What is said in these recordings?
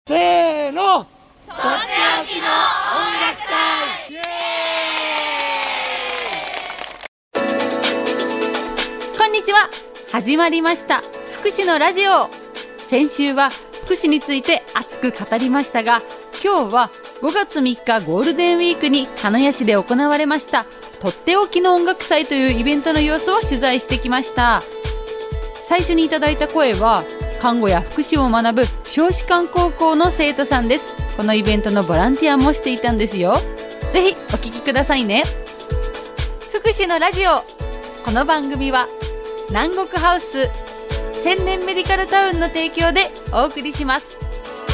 せーの、 とっておきの音楽祭。 イエこんにちは。始まりました福祉のラジオ。先週は福祉について熱く語りましたが、今日は5月3日ゴールデンウィークに鹿屋市で行われましたとっておきの音楽祭というイベントの様子を取材してきました。最初にいただいた声は看護や福祉を学ぶ少子間高校の生徒さんです。このイベントのボランティアもしていたんですよ。ぜひお聞きくださいね。福祉のラジオ。この番組は南国ハウス千年メディカルタウンの提供でお送りします。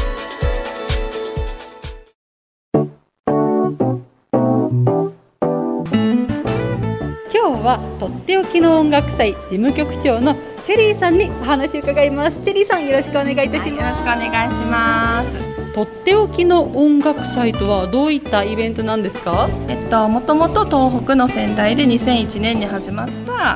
今日はとっておきの音楽祭事務局長のチェリーさんにお話を伺います。チェリーさん、よろしくお願いいたします。 よろしくお願いします。 とっておきの音楽祭とはどういったイベントなんですか？ もともと東北の仙台で2001年に始まった、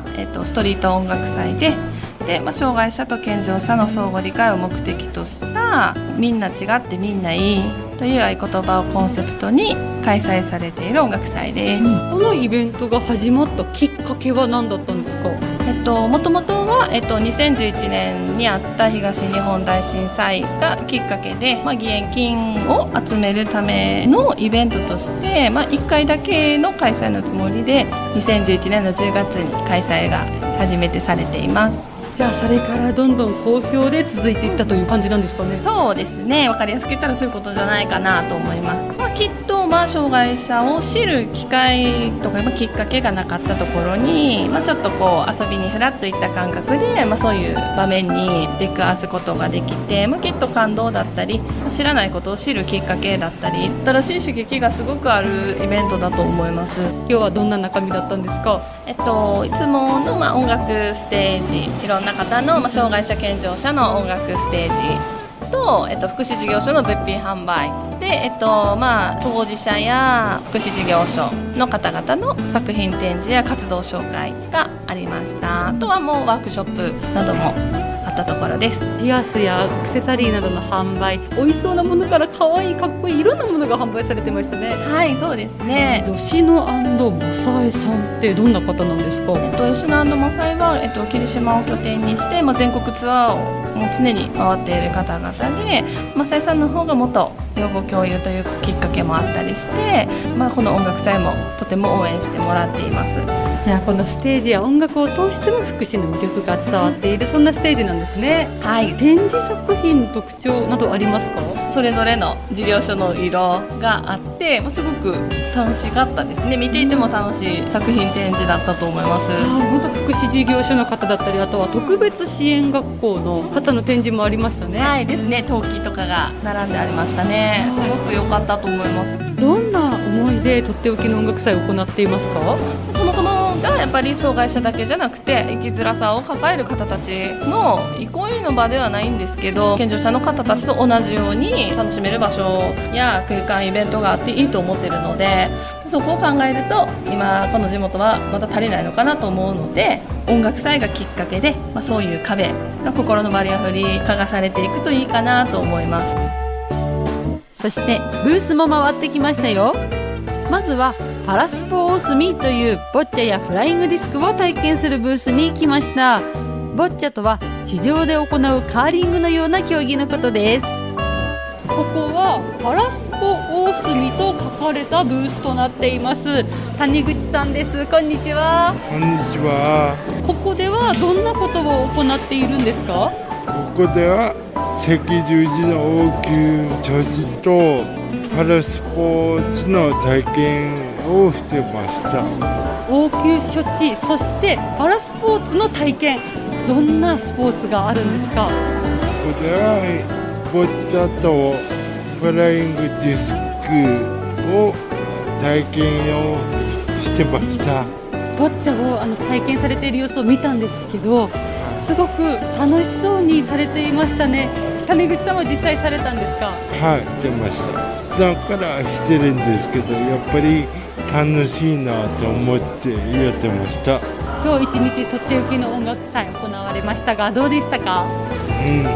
ストリート音楽祭で、障害者と健常者の相互理解を目的としたみんな違ってみんないいという合言葉をコンセプトに開催されている音楽祭です。 このイベントが始まったきっかけは何だったんですか？ もともとは、2011年にあった東日本大震災がきっかけで、義援金を集めるためのイベントとして、1回だけの開催のつもりで2011年の10月に開催が初めてされています。 じゃあそれからどんどん好評で続いていったという感じなんですかね？ そうですね、分かりやすく言ったらそういうことじゃないかなと思います。きっと障害者を知る機会とかきっかけがなかったところに、ちょっと遊びにふらっといった感覚で、そういう場面に出くわすことができて、きっと感動だったり知らないことを知るきっかけだったり新しい刺激がすごくあるイベントだと思います。 今日はどんな中身だったんですか？ いつもの音楽ステージ、いろんな方の障害者健常者の音楽ステージと、福祉事業所の物品販売で、当事者や福祉事業所の方々の作品展示や活動紹介がありました。あとはもうワークショップなどもあったところです。 ピアスやアクセサリーなどの販売、美味しそうなものから可愛いかっこいいいろんなものが販売されてましたね。 はい、そうですね。 吉野正恵さんってどんな方なんですか？ 吉野正恵は、霧島を拠点にして、全国ツアーをもう常に回っている方々で、正恵さんの方が元養護教諭というきっかけもあったりして、この音楽祭もとても応援してもらっています。 じゃあこのステージや音楽を通しても福祉の魅力が伝わっている、そんなステージなんですね。 はい、 展示作品の特徴などありますか？ それぞれの事業所の色があって、すごく楽しかったですね。見ていても楽しい作品展示だったと思います。 本当福祉事業所の方だったり、あとは特別支援学校の方の展示もありましたね。 はいですね、陶器とかが並んでありましたね。すごく良かったと思います。 どんな思いでとっておきの音楽祭を行っていますか？ そもそもがやっぱり障害者だけじゃなくて、生きづらさを抱える方たちの憩いの場ではないんですけど、健常者の方たちと同じように楽しめる場所や空間、イベントがあっていいと思っているので、そこを考えると今この地元はまだ足りないのかなと思うので、音楽祭がきっかけで、そういう壁が心のバリアフリー剥がされていくといいかなと思います。 そしてブースも回ってきましたよ。まずはパラスポオースミというボッチャやフライングディスクを体験するブースに来ました。ボッチャとは地上で行うカーリングのような競技のことです。ここはパラスポオースミと書かれたブースとなっています。谷口さんです。こんにちは。 こんにちは。 ここではどんなことを行っているんですか？ ここでは赤十字の応急処置とパラスポーツの体験をしてました。 応急処置、そしてパラスポーツの体験、どんなスポーツがあるんですか？ ここではボッチャとフライングディスクを体験をしてました。 ボッチャを体験されている様子を見たんですけど、すごく楽しそうにされていましたね。谷口さんは実際されたんですか？ はい、してました。だからしてるんですけど、やっぱり楽しいなと思ってやってました。 今日一日とっておきの音楽祭行われましたが、どうでしたか？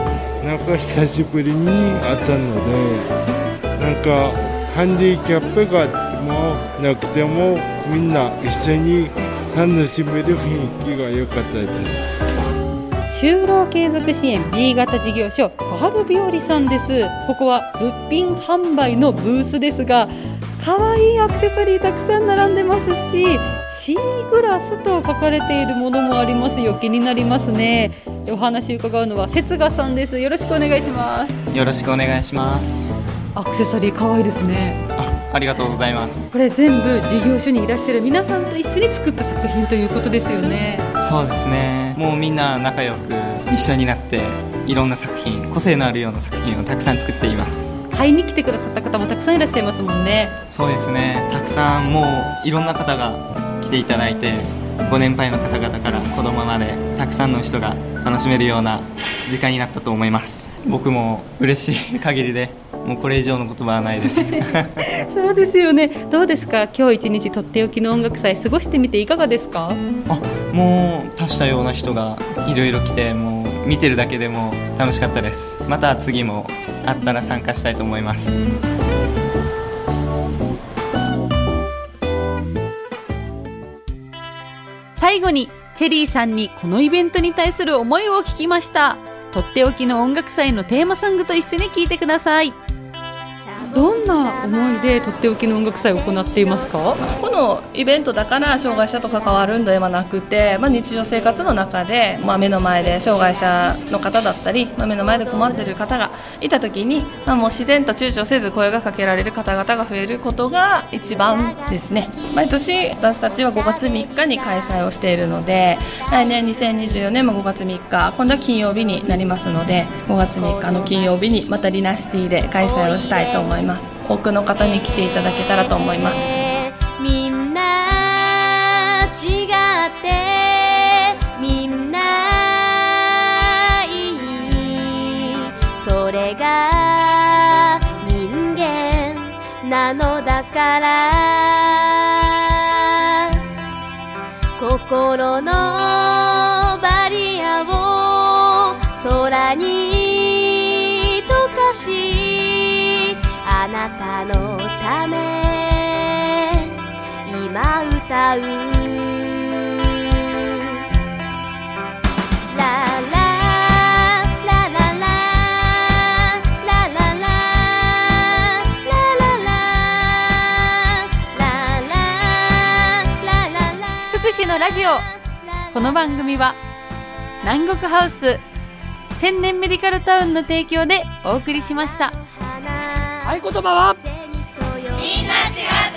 なんか久しぶりに会ったので、なんかハンディキャップがあってもなくてもみんな一緒に楽しめる雰囲気が良かったです。 就労継続支援 B 型事業所小春日和さんです。ここは物品販売のブースですが、かわいいアクセサリーたくさん並んでますし、シーグラスと書かれているものもありますよ。気になりますね。お話伺うのは節賀さんです。よろしくお願いします。 よろしくお願いします。 アクセサリーかわいいですね。 ありがとうございます。 これ全部事業所にいらっしゃる皆さんと一緒に作った作品ということですよね。 そうですね。もうみんな仲良く一緒になっていろんな作品、個性のあるような作品をたくさん作っています。 買いに来てくださった方もたくさんいらっしゃいますもんね。 そうですね。たくさんもういろんな方が来ていただいて、ご年配の方々から子供までたくさんの人が楽しめるような時間になったと思います。僕も嬉しい限りで、もうこれ以上の言葉はないですそうですよね。どうですか、今日一日とっておきの音楽祭過ごしてみていかがですか？ もう多種多様な人がいろいろ来て、もう見てるだけでも楽しかったです。また次もあったら参加したいと思います。 最後にチェリーさんにこのイベントに対する思いを聞きました。とっておきの音楽祭のテーマソングと一緒に聴いてください。どんな思いでとっておきの音楽祭を行っていますか？ このイベントだから障害者と関わるんではなくて、日常生活の中で、目の前で障害者の方だったり、目の前で困っている方がいた時に、もう自然と躊躇せず声がかけられる方々が増えることが一番ですね。毎年私たちは5月3日に開催をしているので、来年2024年も5月3日、今度は金曜日になりますので、5月3日の金曜日にまたリナシティで開催をしたいと思います。多くの方に来ていただけたらと思います。 みんな違ってみんないい、それが人間なのだから、心のバリアを空に溶かし、あなたのため今歌う。ラララララララララ福祉のラジオ。この番組は南国ハウス千年メディカルタウンの提供でお送りしました。 合言葉はみんな違って